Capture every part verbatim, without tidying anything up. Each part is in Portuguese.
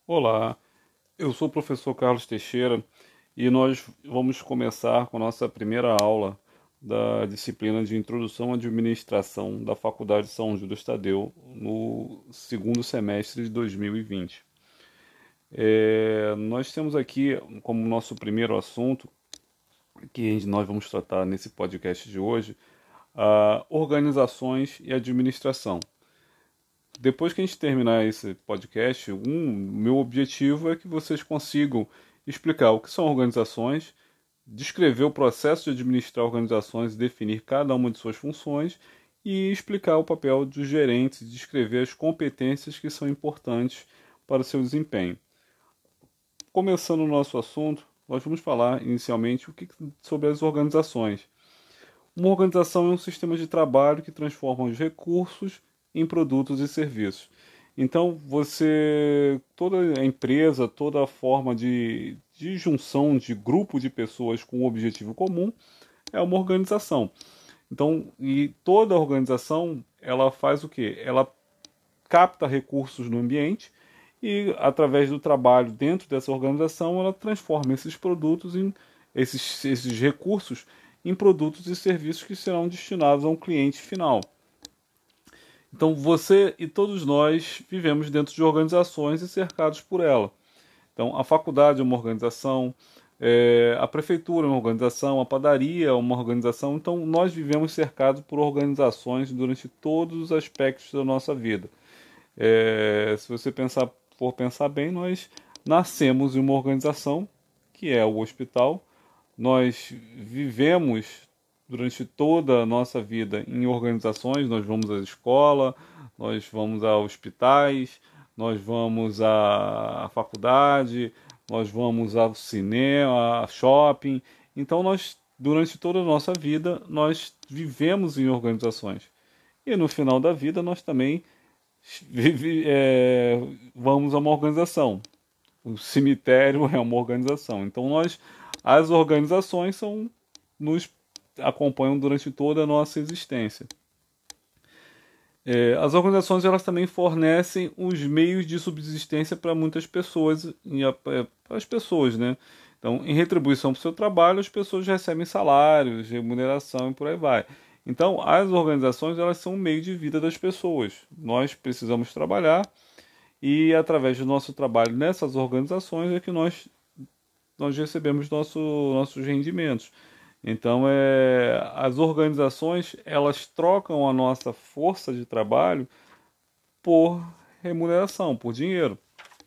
Olá, eu sou o professor Carlos Teixeira e nós vamos começar com a nossa primeira aula da disciplina de Introdução à Administração da Faculdade São Judas Tadeu no segundo semestre de dois mil e vinte. É, nós temos aqui como nosso primeiro assunto, que nós vamos tratar nesse podcast de hoje, a organizações e administração. Depois que a gente terminar esse podcast, um meu objetivo é que vocês consigam explicar o que são organizações, descrever o processo de administrar organizações e definir cada uma de suas funções e explicar o papel dos gerentes e descrever as competências que são importantes para o seu desempenho. Começando o nosso assunto, nós vamos falar inicialmente o que, sobre as organizações. Uma organização é um sistema de trabalho que transforma os recursos em produtos e serviços. Então, você, toda a empresa, toda a forma de, de junção de grupo de pessoas com um objetivo comum é uma organização. Então, e toda a organização, ela faz o quê? Ela capta recursos no ambiente e, através do trabalho dentro dessa organização, ela transforma esses produtos em esses, esses recursos em produtos e serviços que serão destinados a um cliente final. Então você e todos nós vivemos dentro de organizações e cercados por ela. Então a faculdade é uma organização, é, a prefeitura é uma organização, a padaria é uma organização. Então nós vivemos cercados por organizações durante todos os aspectos da nossa vida. É, se você pensar, for pensar bem, nós nascemos em uma organização, que é o hospital. Nós vivemos durante toda a nossa vida em organizações, nós vamos à escola, nós vamos a hospitais, nós vamos à faculdade, nós vamos ao cinema, a shopping. Então nós, durante toda a nossa vida, nós vivemos em organizações. E no final da vida nós também vive, é, vamos a uma organização. O cemitério é uma organização. Então nós, as organizações são, nos acompanham durante toda a nossa existência. É, as organizações elas também fornecem os meios de subsistência para muitas pessoas, e a, é, as pessoas, né? Então, em retribuição para o seu trabalho, as pessoas recebem salários, remuneração e por aí vai. Então, as organizações elas são um meio de vida das pessoas. Nós precisamos trabalhar e através do nosso trabalho nessas organizações é que nós, nós recebemos nosso, nossos rendimentos. Então, é, as organizações elas trocam a nossa força de trabalho por remuneração, por dinheiro.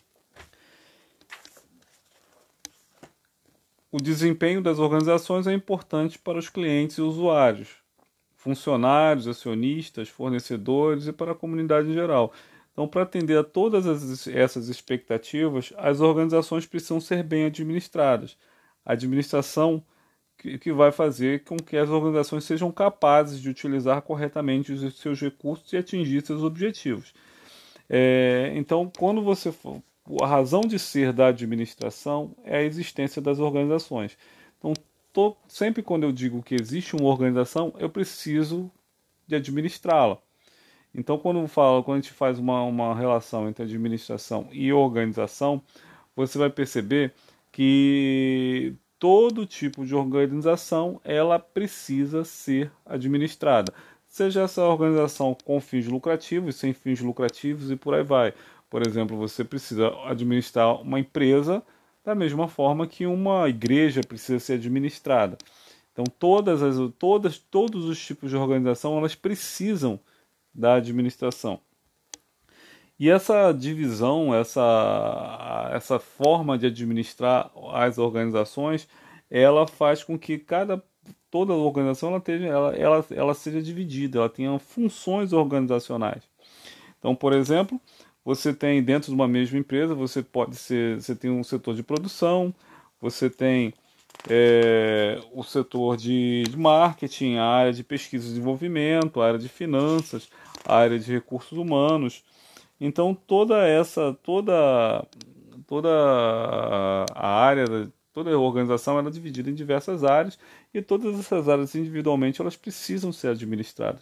O desempenho das organizações é importante para os clientes e usuários, funcionários, acionistas, fornecedores e para a comunidade em geral. Então, para atender a todas essas expectativas, as organizações precisam ser bem administradas. A administração que vai fazer com que as organizações sejam capazes de utilizar corretamente os seus recursos e atingir seus objetivos. É, então, quando você for, a razão de ser da administração é a existência das organizações. Então, tô, sempre quando eu digo que existe uma organização, eu preciso de administrá-la. Então, quando, falo, quando a gente faz uma, uma relação entre administração e organização, você vai perceber que todo tipo de organização ela precisa ser administrada. Seja essa organização com fins lucrativos, sem fins lucrativos e por aí vai. Por exemplo, você precisa administrar uma empresa da mesma forma que uma igreja precisa ser administrada. Então, todas as, todas, todos os tipos de organização elas precisam da administração. E essa divisão, essa, essa forma de administrar as organizações, ela faz com que cada, toda organização ela, esteja, ela, ela, ela seja dividida, ela tenha funções organizacionais. Então, por exemplo, você tem dentro de uma mesma empresa, você pode ser, você tem um setor de produção, você tem é, o setor de, de marketing, a área de pesquisa e desenvolvimento, a área de finanças, a área de recursos humanos. Então toda essa, toda, toda a área, toda a organização ela é dividida em diversas áreas e todas essas áreas individualmente elas precisam ser administradas.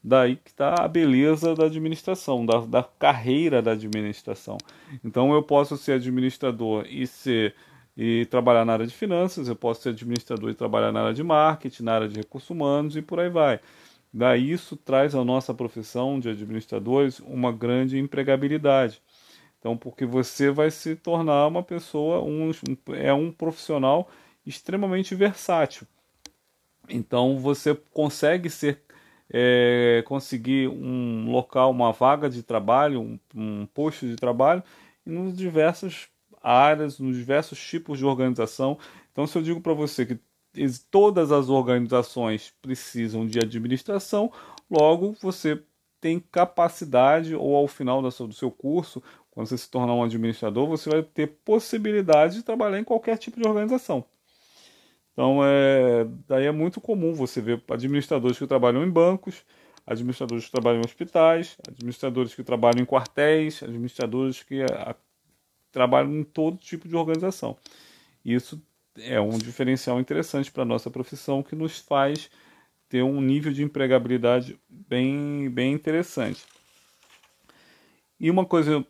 Daí que está a beleza da administração, da, da carreira da administração. Então eu posso ser administrador e ser e trabalhar na área de finanças, eu posso ser administrador e trabalhar na área de marketing, na área de recursos humanos e por aí vai. Daí isso traz à nossa profissão de administradores uma grande empregabilidade. Então, porque você vai se tornar uma pessoa, um, é um profissional extremamente versátil. Então, você consegue ser, é, conseguir um local, uma vaga de trabalho, um, um posto de trabalho, nos diversas áreas, nos diversos tipos de organização. Então, se eu digo para você que todas as organizações precisam de administração, logo você tem capacidade, ou ao final do seu, do seu curso, quando você se tornar um administrador, você vai ter possibilidade de trabalhar em qualquer tipo de organização. Então, é, daí é muito comum você ver administradores que trabalham em bancos, administradores que trabalham em hospitais, administradores que trabalham em quartéis, administradores que a, trabalham em todo tipo de organização. Isso é um diferencial interessante para a nossa profissão, que nos faz ter um nível de empregabilidade bem, bem interessante. E uma coisa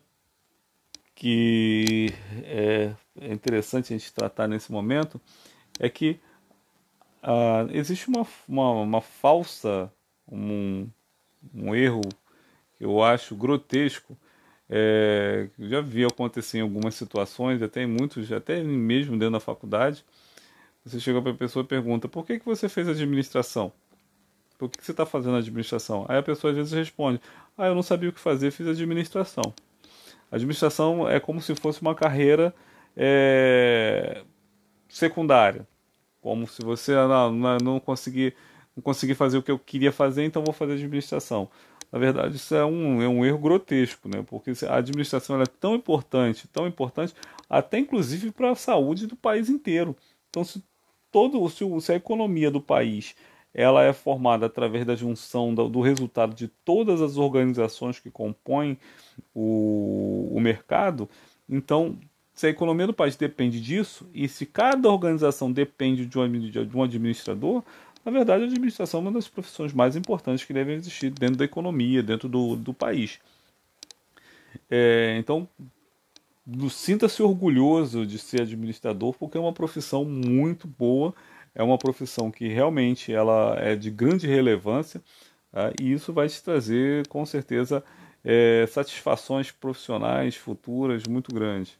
que é interessante a gente tratar nesse momento é que ah, existe uma, uma, uma falsa, um, um erro que eu acho grotesco, é, que eu já vi acontecer em algumas situações, até em muitos, até mesmo dentro da faculdade. Você chega para a pessoa e pergunta: por que, que você fez administração? Por que, que você está fazendo administração? Aí a pessoa às vezes responde: ah, eu não sabia o que fazer, fiz administração. A administração é como se fosse uma carreira é, secundária. Como se você não, não, não, conseguir, não conseguir fazer o que eu queria fazer, então vou fazer administração. Na verdade, isso é um, é um erro grotesco, né? Porque a administração ela é tão importante, tão importante, até inclusive para a saúde do país inteiro. Então, se, todo, se, se a economia do país ela é formada através da junção do, do resultado de todas as organizações que compõem o, o mercado, então, se a economia do país depende disso, e se cada organização depende de um, de um administrador, na verdade a administração é uma das profissões mais importantes que devem existir dentro da economia, dentro do, do país. É, então, sinta-se orgulhoso de ser administrador, porque é uma profissão muito boa, é uma profissão que realmente ela é de grande relevância, tá? E isso vai te trazer, com certeza, é, satisfações profissionais futuras muito grandes.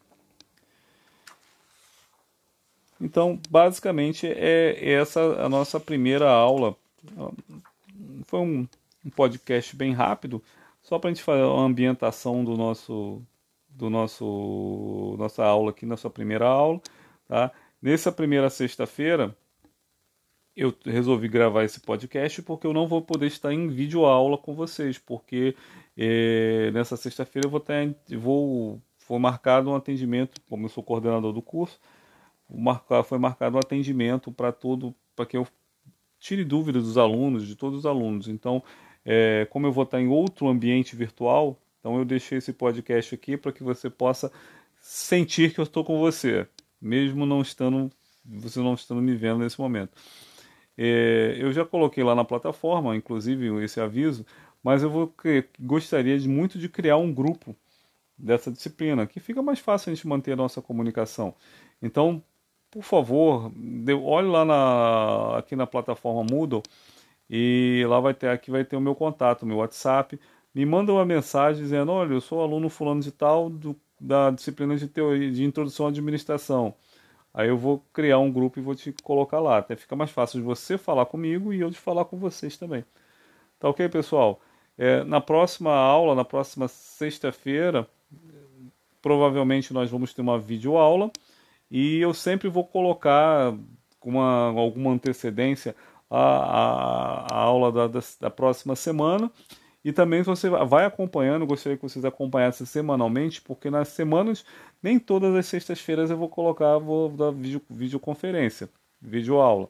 Então, basicamente, é essa a nossa primeira aula. Foi um, um podcast bem rápido, só para a gente fazer uma ambientação do nosso, do nosso nossa aula aqui, nossa primeira aula. Tá? Nessa primeira sexta-feira, eu resolvi gravar esse podcast porque eu não vou poder estar em vídeo aula com vocês, porque é, nessa sexta-feira eu vou ter, vou, foi marcado um atendimento, como eu sou coordenador do curso, foi marcado um atendimento para todo, para que eu tire dúvidas dos alunos, de todos os alunos. Então, é, como eu vou estar em outro ambiente virtual, então eu deixei esse podcast aqui para que você possa sentir que eu estou com você, mesmo não estando, você não estando me vendo nesse momento. É, eu já coloquei lá na plataforma, inclusive, esse aviso, mas eu vou, gostaria de, muito de criar um grupo dessa disciplina, que fica mais fácil a gente manter a nossa comunicação. Então, por favor, olhe lá na, aqui na plataforma Moodle e lá vai ter, aqui vai ter o meu contato, o meu WhatsApp. Me manda uma mensagem dizendo: olha, eu sou aluno fulano de tal do, da disciplina de teoria de introdução à administração. Aí eu vou criar um grupo e vou te colocar lá. Até fica mais fácil de você falar comigo e eu de falar com vocês também. Tá ok, pessoal? É, na próxima aula, na próxima sexta-feira, provavelmente nós vamos ter uma videoaula e eu sempre vou colocar com uma, alguma antecedência a, a, a aula da, da, da próxima semana. E também você vai acompanhando, gostaria que vocês acompanhassem semanalmente, porque nas semanas, nem todas as sextas-feiras eu vou colocar, vou dar vídeo, videoconferência, videoaula.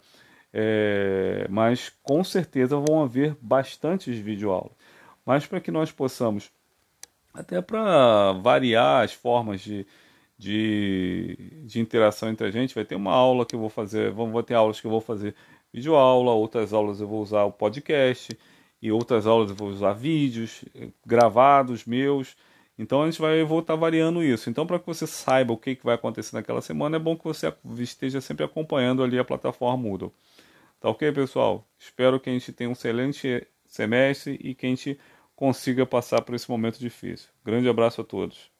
É, mas com certeza vão haver bastantes videoaulas. Mas para que nós possamos, até para variar as formas de, de, de interação entre a gente, vai ter uma aula que eu vou fazer, vou ter aulas que eu vou fazer videoaula, outras aulas eu vou usar o podcast. e outras aulas eu vou usar vídeos gravados meus. Então a gente vai voltar variando isso. Então, para que você saiba o que, que vai acontecer naquela semana, é bom que você esteja sempre acompanhando ali a plataforma Moodle. Tá ok, pessoal? Espero que a gente tenha um excelente semestre e que a gente consiga passar por esse momento difícil. Grande abraço a todos.